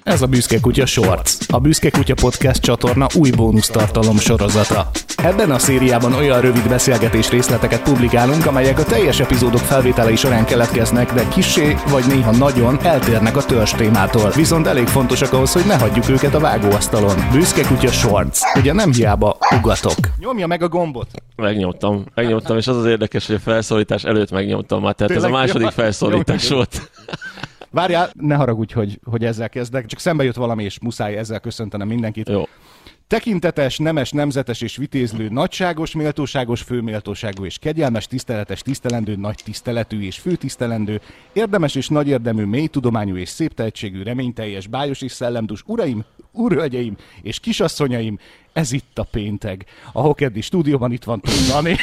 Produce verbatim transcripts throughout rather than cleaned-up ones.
Ez a Büszke Kutya Shorts, a Büszke Kutya Podcast csatorna új bónusztartalom sorozata. Ebben a szériában olyan rövid beszélgetés részleteket publikálunk, amelyek a teljes epizódok felvételei során keletkeznek, de kissé vagy néha nagyon eltérnek a törzs témától. Viszont elég fontosak ahhoz, hogy ne hagyjuk őket a vágóasztalon. Büszke Kutya Shorts. Ugye nem hiába ugatok. Nyomja meg a gombot. Megnyomtam, megnyomtam, és az az érdekes, hogy a felszólítás előtt megnyomtam már, tehát Tényleg? Ez a második felszólítás volt. Várjál, ne haragudj, hogy, hogy ezzel kezdek, csak szembe jött valami, és muszáj ezzel köszöntenem mindenkit. Jó. Tekintetes, nemes, nemzetes és vitézlő, nagyságos, méltóságos, főméltóságú és kegyelmes, tiszteletes, tisztelendő, nagy tiszteletű és főtisztelendő, érdemes és nagy érdemű, mély tudományú és szép tehetségű, reményteljes, bájos és szellemdús uraim, urhölgyeim és kisasszonyaim, ez itt a péntek. A Hokeddi stúdióban itt van Tóth Dani.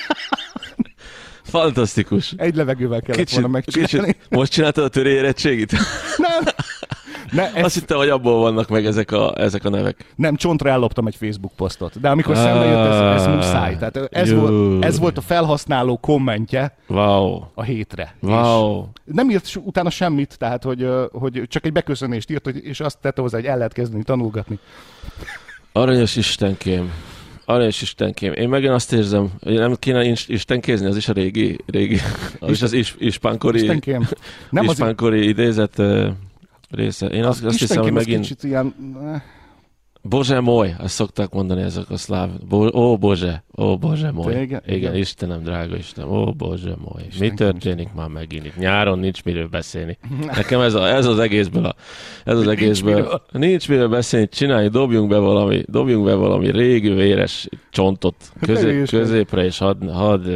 Fantasztikus. Egy levegővel kellett kicsit, volna megcsinálni. Kicsit. Most csináltad a törérérettségit? Nem. Ne, ez... Azt hittem, hogy abból vannak meg ezek a, ezek a nevek. Nem, csontra elloptam egy Facebook posztot. De amikor ah, szembe jött, ez, ez muszáj. Tehát ez, volt, ez volt a felhasználó kommentje wow. a hétre. Wow. Nem írt utána semmit, tehát hogy, hogy csak egy beköszönést írt, és azt tette hozzá, hogy el lehet kezdeni tanulgatni. Aranyos Istenkém. Aranyos Istenkém. Én megint azt érzem, hogy nem kéne istenkézni, az is a régi, régi az is az is, ispánkori, Istenkém. Nem ispánkori az... idézet uh, része. Én azt, azt hiszem, hogy megint... Ilyen... Bože moj, azt szokták mondani ezek a szláv. Bo... Ó, Bože, ó, Bože moj. Igen, igen, igen, Istenem, drága Istenem, ó, Bože moj. Istenkem, mi történik Istenem. Már megint itt? Nyáron nincs miről beszélni. Nekem ez, a, ez az egészből, a, ez az egészből, nincs miről. nincs miről beszélni, csinálj, dobjunk be valami, dobjunk be valami régi véres csontot közé, középre, és hadd had,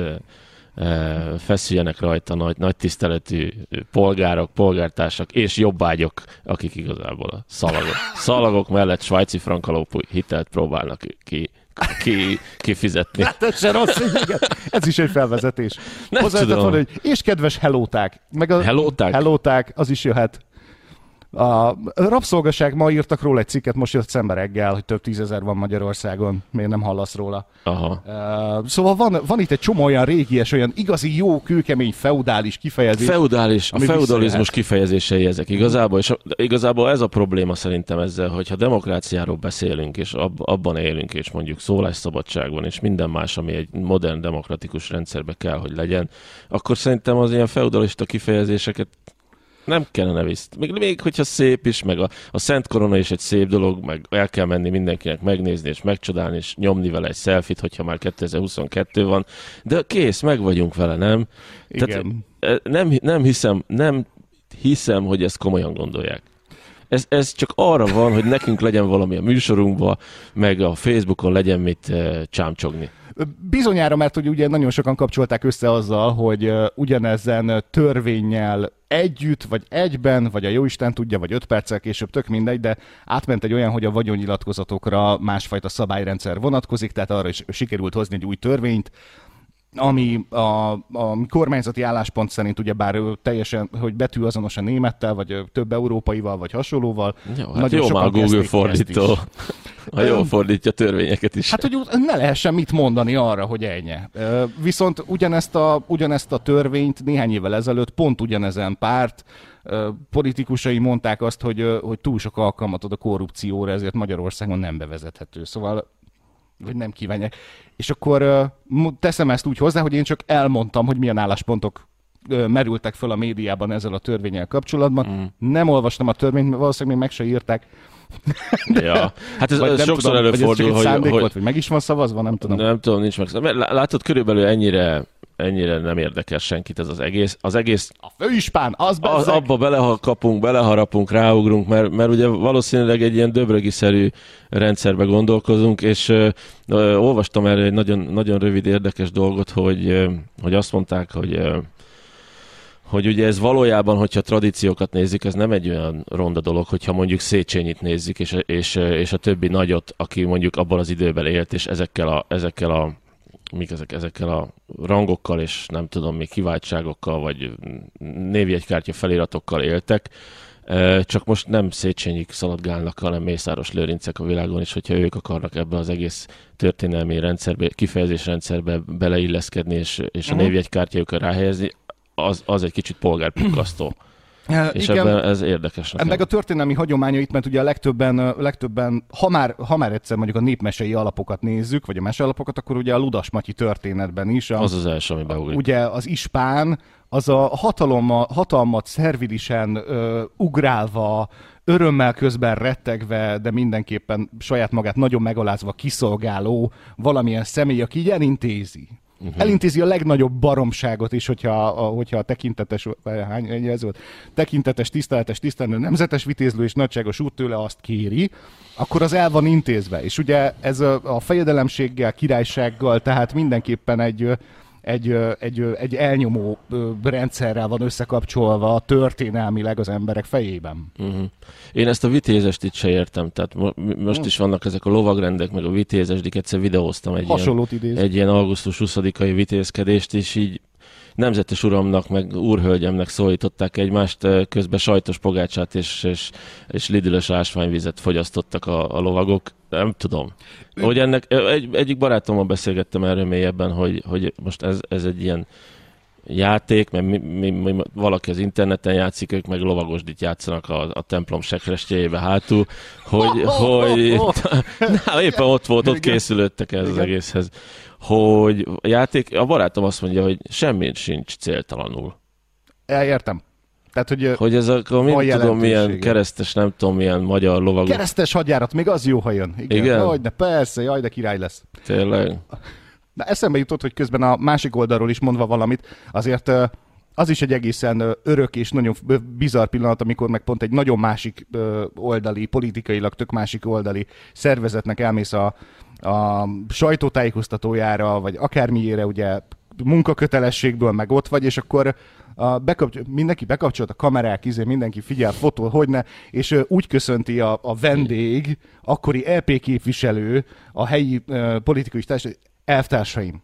feszüljenek rajta nagy, nagy tiszteletű polgárok, polgártársak és jobbágyok, akik igazából a szalagok, szalagok mellett svájci frankalópú hitelt próbálnak ki, ki, kifizetni. Hát ez se rossz, igen. Ez is egy felvezetés. Hozzáadott van, hogy és kedves helóták. Meg a helóták? Helóták, az is jöhet. A rabszolgaság, ma írtak róla egy cikket, most jött szembe reggel, hogy több tízezer van Magyarországon, miért nem hallasz róla. Aha. Uh, szóval van, van itt egy csomó olyan régies, olyan igazi jó, kőkemény, feudális kifejezés. Feudális, a feudalizmus kifejezései ezek igazából, és igazából ez a probléma szerintem ezzel, hogyha demokráciáról beszélünk, és ab, abban élünk, és mondjuk szólásszabadságban, és minden más, ami egy modern demokratikus rendszerbe kell, hogy legyen, akkor szerintem az ilyen feudalista kifejezéseket nem kellene vissza. Még, még hogyha szép is, meg a, a Szent Korona is egy szép dolog, meg el kell menni mindenkinek megnézni, és megcsodálni, és nyomni vele egy selfit, hogyha már kétezer-huszonkettő van. De kész, meg vagyunk vele, nem? Igen. Tehát, nem, nem, hiszem, nem hiszem, hogy ezt komolyan gondolják. Ez, ez csak arra van, hogy nekünk legyen valami a műsorunkban, meg a Facebookon legyen mit uh, csámcsogni. Bizonyára, mert hogy ugye nagyon sokan kapcsolták össze azzal, hogy uh, ugyanezen törvénnyel együtt, vagy egyben, vagy a jóisten tudja, vagy öt perccel később, tök mindegy, de átment egy olyan, hogy a vagyonnyilatkozatokra másfajta szabályrendszer vonatkozik, tehát arra is sikerült hozni egy új törvényt, ami a, a kormányzati álláspont szerint ugyebár teljesen, hogy betű azonos a némettel, vagy több európaival, vagy hasonlóval. Jó, hát jó már Google fordító. Ha jól fordítja törvényeket is. Hát, hogy ne lehessen mit mondani arra, hogy ennyi. Viszont ugyanezt a, ugyanezt a törvényt néhány évvel ezelőtt pont ugyanezen párt politikusai mondták azt, hogy, hogy túl sok alkalmat ad a korrupcióra, ezért Magyarországon nem bevezethető. Szóval vagy nem kívánják. És akkor uh, teszem ezt úgy hozzá, hogy én csak elmondtam, hogy milyen álláspontok uh, merültek föl a médiában ezzel a törvénnyel kapcsolatban. Mm. Nem olvastam a törvényt, mert valószínűleg még meg se írták. De, ja. Hát ez, ez sokszor tudom, előfordul, hogy... hogy, hogy, volt, vagy meg is van szavazva, nem tudom. Nem tudom, nincs meg. Látod, körülbelül ennyire ennyire nem érdekel senkit ez az egész. Az egész... A főispán, az bezzeg! Az, abba belekapunk, beleharapunk, ráugrunk, mert, mert ugye valószínűleg egy ilyen döbrögi-szerű rendszerbe gondolkozunk, és ö, ö, olvastam erre egy nagyon, nagyon rövid érdekes dolgot, hogy, ö, hogy azt mondták, hogy, ö, hogy ugye ez valójában, hogyha tradíciókat nézzük, ez nem egy olyan ronda dolog, hogyha mondjuk Széchenyit nézzük, és, és, és a többi nagyot, aki mondjuk abban az időben élt, és ezekkel a, ezekkel a mik ezek, ezekkel a rangokkal és nem tudom mi kiváltságokkal vagy névjegykártya feliratokkal éltek, csak most nem Széchenyik szaladgálnak, hanem Mészáros Lőrincek a világon is, hogyha ők akarnak ebbe az egész történelmi rendszerbe, kifejezésrendszerbe beleilleszkedni és, és a névjegykártyájukat ráhelyezni, az, az egy kicsit polgárpukkasztó. E, és igen, ebben ez érdekes nekem. Meg a történelmi hagyományait, mert ugye a legtöbben, legtöbben ha, már, ha már egyszer mondjuk a népmesei alapokat nézzük, vagy a mesealapokat, akkor ugye a Ludas Matyi történetben is. A, az az első, ami beugrik. Ugye az ispán, az a hatalomma, hatalmat szervilisen ö, ugrálva, örömmel közben rettegve, de mindenképpen saját magát nagyon megalázva kiszolgáló valamilyen személy, aki így elintézi. Uh-huh. Elintézi a legnagyobb baromságot is, hogyha a, hogyha a tekintetes, hány ez volt, tekintetes, tiszteletes, tisztelő nemzetes vitézlő és nagyságos út tőle azt kéri, akkor az el van intézve. És ugye ez a, a fejedelemséggel, királysággal, tehát mindenképpen egy, egy, egy, egy elnyomó rendszerrel van összekapcsolva történelmileg az emberek fejében. Uh-huh. Én ezt a vitézest itt se értem, tehát mo- most is vannak ezek a lovagrendek, meg a vitézesdik, egyszer videóztam egy ilyen, egy ilyen augusztus huszadikai vitézkedést, és így nemzetes uramnak, meg úrhölgyemnek szólították egymást, közben sajtos pogácsát és, és, és lidülös ásványvizet fogyasztottak a, a lovagok. Nem tudom. Hogy ennek, egy, egyik barátommal beszélgettem erről mélyebben, hogy, hogy most ez, ez egy ilyen játék, mert mi, mi, mi, valaki az interneten játszik, ők meg lovagosdit játszanak a, a templom sekrestjéjébe hátul, hogy, hogy na, éppen ott volt, ott készülődtek ez az egészhez, hogy a játék, a barátom azt mondja, hogy semmi sincs céltalanul. Értem. Tehát, hogy, hogy ez a, mind tudom, milyen keresztes, nem tudom, milyen magyar lovagos. Keresztes hadjárat, még az jó, ha jön. Igen? Igen? Jaj, de persze, jaj, de király lesz. Tényleg. De eszembe jutott, hogy közben a másik oldalról is mondva valamit, azért az is egy egészen örök és nagyon bizarr pillanat, amikor meg pont egy nagyon másik oldali, politikailag tök másik oldali szervezetnek elmész a, a sajtótájékoztatójára, vagy akármiére, ugye munkakötelességből meg ott vagy, és akkor a bekapcsol, mindenki bekapcsolt a kamerák, izé, mindenki figyel, fotó, hogyne, és uh, úgy köszönti a, a vendég, akkori é pé képviselő, a helyi uh, politikai társadalmi elvtársaim.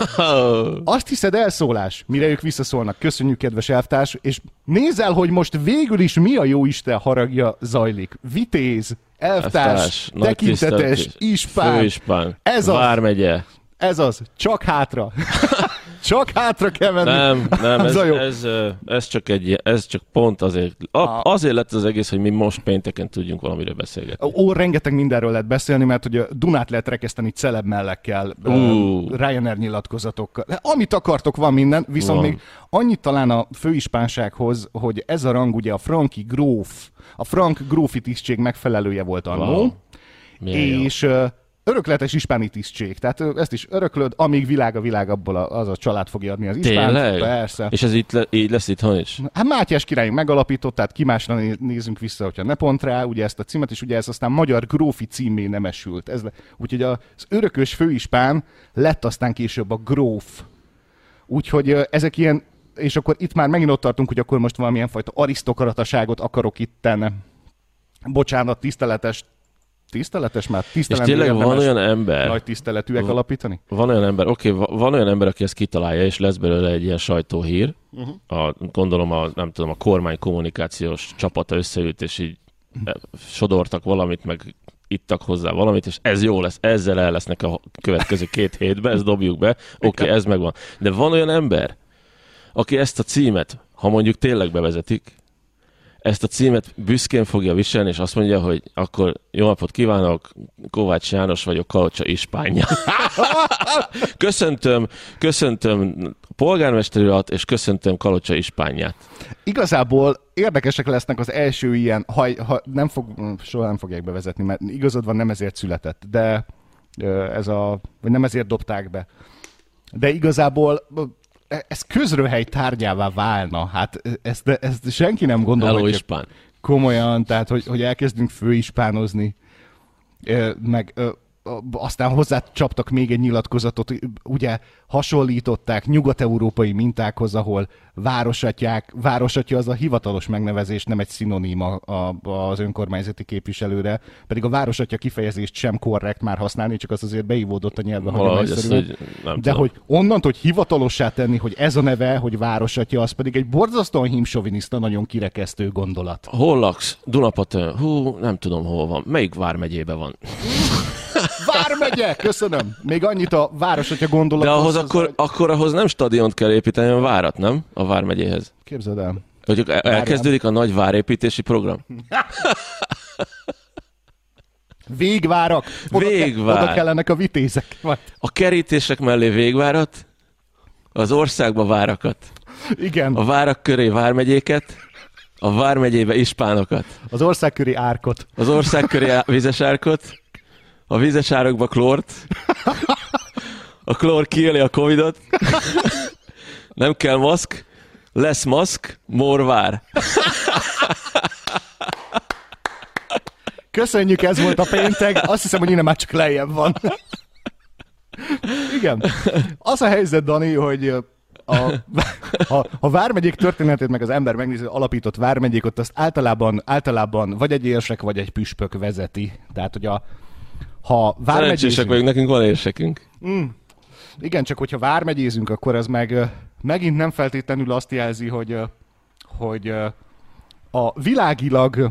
Azt hiszed elszólás, mire ők visszaszólnak, köszönjük, kedves elvtárs, és nézz el, hogy most végül is mi a jó Isten haragja zajlik. Vitéz, elvtárs, tekintetes, ispán, főispán, ez az, vármegye. Ez az, csak hátra. Csak hátra kell menni. Nem, nem, ez, ez, ez, csak egy, ez csak pont azért, a, azért lett az egész, hogy mi most pénteken tudjunk valamiről beszélgetni. Ó, rengeteg mindenről lehet beszélni, mert ugye Dunát lehet rekeszteni celeb mellekkel, uh. Ryanair nyilatkozatokkal. Amit akartok, van minden, viszont van. Még annyit talán a főispánsághoz, hogy ez a rang ugye a franki gróf, a frank grófi tisztség megfelelője volt annó, wow. És... Jó. Örökletes ispáni tisztség. Tehát ezt is öröklöd, amíg világ a világ, abból az a család fogja adni az ispánt. Tényleg? Persze. És ez itt le, így lesz itthon is? Hát Mátyás királyunk megalapított, tehát ki másra nézzünk vissza, hogyha ne pont rá, ugye ezt a címet, és ugye ez aztán magyar grófi címé nemesült. Ez le, úgyhogy az örökös főispán lett aztán később a gróf. Úgyhogy ezek ilyen, és akkor itt már megint ott tartunk, hogy akkor most valamilyen fajta arisztokrataságot akarok itten, bocsánat, tiszteletes tiszteletes már, tisztelendő. És tényleg van olyan ember. Nagy tiszteletűek alapítani? Van olyan ember, oké, okay, van olyan ember, aki ezt kitalálja, és lesz belőle egy ilyen sajtóhír. Uh-huh. A, gondolom a, nem tudom, a kormány kommunikációs csapata összeült, és így uh-huh. sodortak valamit, meg ittak hozzá valamit, és ez jó lesz, ezzel el lesznek a következő két hétben, ezt dobjuk be, oké, okay, ez megvan. De van olyan ember, aki ezt a címet, ha mondjuk tényleg bevezetik, ezt a címet büszkén fogja viselni, és azt mondja, hogy akkor jó napot kívánok, Kovács János vagyok, Kalocsa ispánja. köszöntöm, köszöntöm polgármester urat, és köszöntöm Kalocsa ispánját. Igazából érdekesek lesznek az első ilyen, ha, ha nem fog, soha nem fogják bevezetni, mert igazad van, nem ezért született, de ez a, vagy nem ezért dobták be. De igazából ez közröhely tárgyává válna. Hát ezt, ezt senki nem gondol, hogy komolyan, tehát hogy, hogy elkezdünk főispánozni, meg aztán hozzá csaptak még egy nyilatkozatot, ugye hasonlították nyugat-európai mintákhoz, ahol városatyák, városatya az a hivatalos megnevezés, nem egy szinoníma az önkormányzati képviselőre, pedig a városatya kifejezést sem korrekt már használni, csak az azért beívódott a nyelvbe hagyományszerűen. De tudom. Hogy onnantól, hogy hivatalossá tenni, hogy ez a neve, hogy városatya, az pedig egy borzasztóan hímsoviniszta, nagyon kirekesztő gondolat. Hol laksz? Dunapatön? Hú, nem tudom, hol van. Melyik vármegyében van? Vármegye! Köszönöm. Még annyit a városatya gondolat. De ahhoz akkor, hogy... akkor ahhoz nem stadiont kell építeni, hanem várat, nem? A vármegyéhez. Képzeld el. Hogy elkezdődik a nagy várépítési program? Végvárak! Oda, Végvár. Ke- oda kellenek a vitézek. Majd. A kerítések mellé végvárat, az országba várakat. Igen. A várak köré vármegyéket, a vármegyébe ispánokat. Az ország köré árkot. Az ország köré vizes árkot, a vizes árokba klórt, a klór kiöli a covidot, nem kell maszk, lesz maszk, morvár. Köszönjük, ez volt a péntek. Azt hiszem, hogy innen már csak lejjebb van. Igen. Az a helyzet, Dani, hogy a, a, a vármegyék történetét meg az ember megnézi, alapított vármegyékot, azt általában, általában vagy egy érsek, vagy egy püspök vezeti. Tehát, hogy a, ha Szerencsések vagyunk, nekünk van érsekünk. Mm, igen, csak hogyha vármegyézünk, akkor ez meg megint nem feltétlenül azt jelzi, hogy, hogy a világilag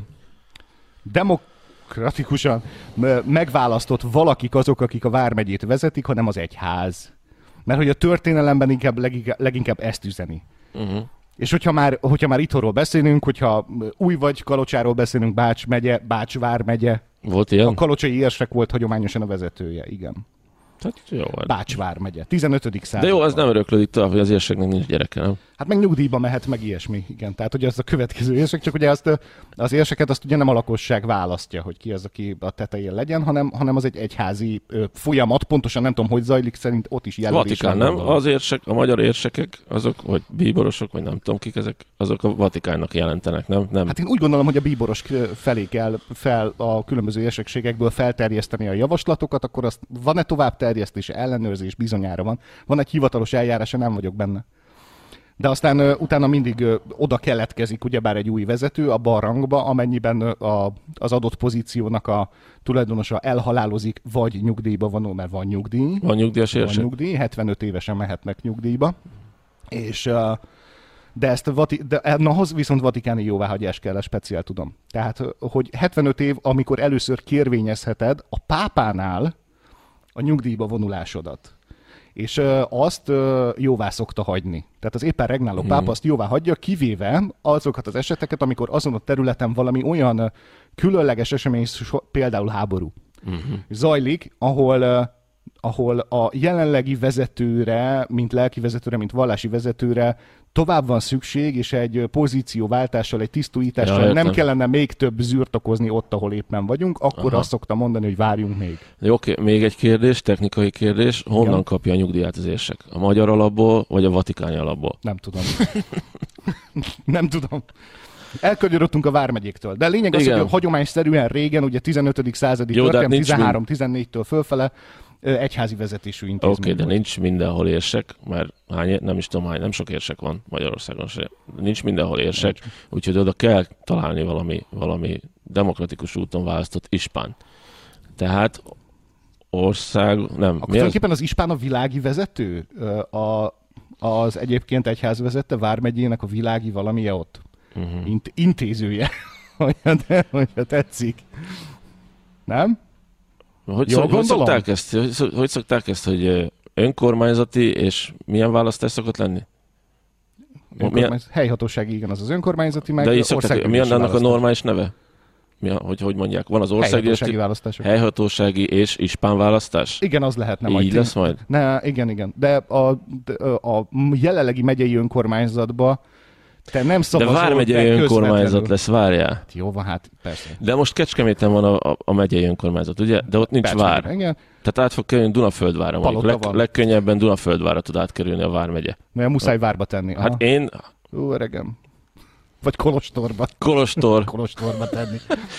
demokratikusan megválasztott valakik azok, akik a vármegyét vezetik, hanem az egyház. Mert hogy a történelemben inkább, leginkább, leginkább ezt üzeni. Uh-huh. És hogyha már, hogyha már itthonról beszélünk, hogyha Új vagy Kalocsáról beszélünk, Bács megye, Bács vármegye. Volt ilyen? A kalocsai érsek volt hagyományosan a vezetője, igen. Hát jó, Bács vármegye, tizenötödik század. De jó, az nem öröklődik tovább, hogy az érseknek nincs gyereke, nem? Hát meg nyugdíjba mehet, meg ilyesmi, igen. Tehát ugye az a következő érsek, csak ugye azt, az érseket azt ugye nem a lakosság választja, hogy ki az, aki a tetején legyen, hanem, hanem az egy egyházi ö, folyamat, pontosan nem tudom, hogy zajlik, szerint ott is jelölés. Vatikán, nem? Van. Az érsek, a magyar érsekek, azok, vagy bíborosok, vagy nem tudom kik ezek, azok a Vatikánnak jelentenek, nem? nem? Hát én úgy gondolom, hogy a bíboros felé kell fel a különböző érsekségekből felterjeszteni a javaslatokat, akkor azt van-e tovább terjesztés, ellenőrzés, bizonyára van. Van egy hivatalos eljárása, nem vagyok benne. De aztán uh, utána mindig uh, oda keletkezik ugyebár egy új vezető a barangba, amennyiben uh, a, az adott pozíciónak a tulajdonosa elhalálozik, vagy nyugdíjba vonul, mert van nyugdíj. Van nyugdíjas érsek? Van nyugdíj, hetvenöt évesen mehetnek nyugdíjba. És, uh, de ezt a Vati- de, nahoz viszont vatikáni jóváhagyás kell, speciál tudom. Tehát, hogy hetvenöt év, amikor először kérvényezheted a pápánál a nyugdíjba vonulásodat. És ö, azt ö, jóvá szokta hagyni. Tehát az éppen regnáló pápa hmm. azt jóvá hagyja, kivéve azokat az eseteket, amikor azon a területen valami olyan ö, különleges esemény, so, például háború hmm. zajlik, ahol, ö, ahol a jelenlegi vezetőre, mint lelki vezetőre, mint vallási vezetőre tovább van szükség, és egy pozícióváltással, egy tisztújítással ja, nem kellene még több zűrt okozni ott, ahol éppen vagyunk, akkor Aha. azt szokta mondani, hogy várjunk még. Jó, oké, még egy kérdés, technikai kérdés. Honnan ja. kapja a nyugdíját az érsek? A magyar alapból, vagy a vatikáni alapból? Nem tudom. nem tudom. Elkanyarodtunk a vármegyéktől. De a lényeg az, hogy hagyományszerűen régen, ugye tizenötödik századi történelem, tizenhárom-tizennégytől fölfele egyházi vezetésű intézmény. Oké, okay, de nincs mindenhol érsek, mert hány, nem is tudom hány, nem sok érsek van Magyarországon sem. Nincs mindenhol érsek, nincs. Úgyhogy oda kell találni valami, valami demokratikus úton választott ispán. Tehát ország, nem. Akkor tulajdonképpen az ispán a világi vezető? A, az egyébként egyház vezette vármegyének a világi valamije ott? Uh-huh. Int, intézője, hogyha, hogyha tetszik. Nem? Hogy, szok, hogy, szokták ezt, hogy, hogy szokták ezt, hogy önkormányzati, és milyen választás szokott lenni? Milyen... Helyhatósági, igen, az az önkormányzati, meg de országgyűlési. Mi annak a normális neve? Mi a, hogy, hogy mondják? Van az országgyűlési, helyhatósági és ispán választás? Igen, az lehetne majd. Így lesz majd? Ne, igen, igen. De a, a jelenlegi megyei önkormányzatban te nem szavazol. De vármegyei önkormányzat lesz, várjál. Jó van, hát persze. De most Kecskeméten van a, a, a megyei önkormányzat, ugye? De ott nincs persze, vár. Igen. Tehát át fog kerülni Dunaföldvárra. Leg, legkönnyebben Dunaföldvárra tud átkerülni a vármegye. Mert muszáj várba tenni. Hát Aha. én... Ó, öregem. Vagy Kolostorba. Kolostor. Kolostorba tenni.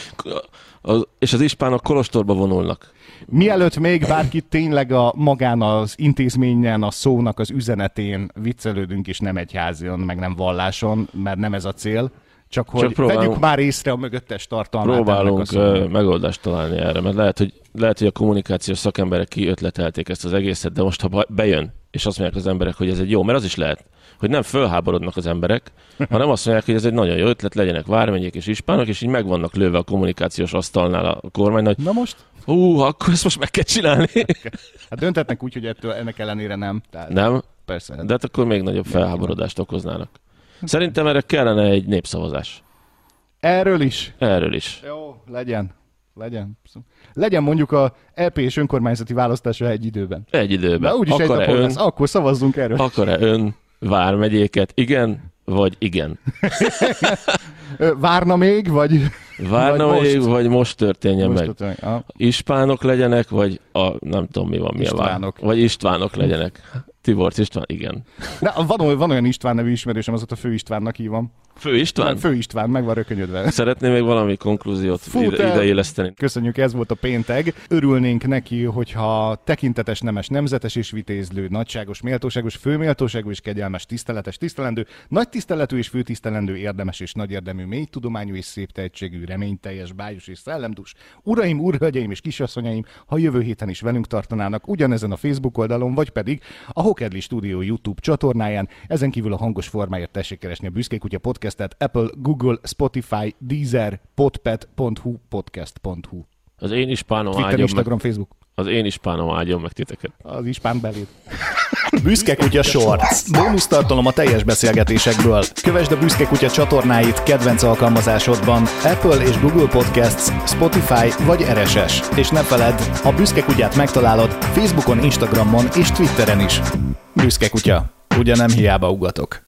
Az, és az ispánok Kolostorba vonulnak. Mielőtt még bárki tényleg a magán az intézményen, a szónak az üzenetén viccelődünk, és nem egyházon, meg nem valláson, mert nem ez a cél, csak hogy csak vegyük már észre a mögöttes tartalmát. Próbálunk uh, megoldást találni erre, mert lehet hogy, lehet, hogy a kommunikációs szakemberek kiötletelték ezt az egészet, de most ha bejön, és azt mondják az emberek, hogy ez egy jó, mert az is lehet, hogy nem fölháborodnak az emberek, hanem azt mondják, hogy ez egy nagyon jó ötlet, legyenek vármegyék és ispánok, és így meg vannak lőve a kommunikációs asztalnál a kormány, hogy na most? Hú, akkor ezt most meg kell csinálni. Hát döntetnek úgy, hogy ettől ennek ellenére nem. Tehát nem? Persze. De hát akkor még nagyobb felháborodást okoznának. Szerintem erre kellene egy népszavazás. Erről is? Erről is. Jó, legyen. Legyen. Legyen mondjuk a é pé és önkormányzati választása egy időben. Egy időben. De úgyis egy napon lesz, akkor szavazzunk erről. Akar-e ön vármegyéket? Igen, vagy igen? Várna még, vagy... Várna vagy még, most? vagy most történjen Most meg. történik. Ah. Ispánok legyenek, vagy a, nem tudom mi van, mi Istvánok. a vár. Vagy Istvánok legyenek. Tiborcs István, igen. De van, van olyan István nevű ismerősöm, azóta Fő Istvánnak hívom. Fő István? Fő István, meg van rökönyödve. Szeretném még valami konklúziót ide, ideilleszteni. Köszönjük, ez volt a péntek. Örülnénk neki, hogyha tekintetes, nemes, nemzetes és vitézlő, nagyságos, méltóságos, főméltóságú és kegyelmes, tiszteletes, tisztelendő, nagy tiszteletű és főtisztelendő, érdemes és nagy érdemű, mély tudományú és szép tehetségű, reményteljes, bájos és szellemdús. Uraim, úrhölgyeim és kisasszonyaim, ha jövő héten is velünk tartanának ugyanezen a Facebook oldalon, vagy pedig a Hokedli Studio YouTube csatornáján, ezen kívül a hangos formáért tessék keresni a Büszke Kutya podcastet Apple, Google, Spotify, Deezer, podpet pont hu, podcast pont hu. Az én ispánom Twitter, áldjon Instagram, meg. Facebook. Az én ispánom áldjon meg titeket. Az ispán belét. Büszke Kutya Shorts. Bónusz tartalom a teljes beszélgetésekből. Kövesd a Büszke Kutya csatornáit kedvenc alkalmazásodban, Apple és Google Podcasts, Spotify vagy er es es. És ne feledd, a Büszke Kutyát megtalálod Facebookon, Instagramon és Twitteren is. Büszke Kutya. Ugye nem hiába ugatok.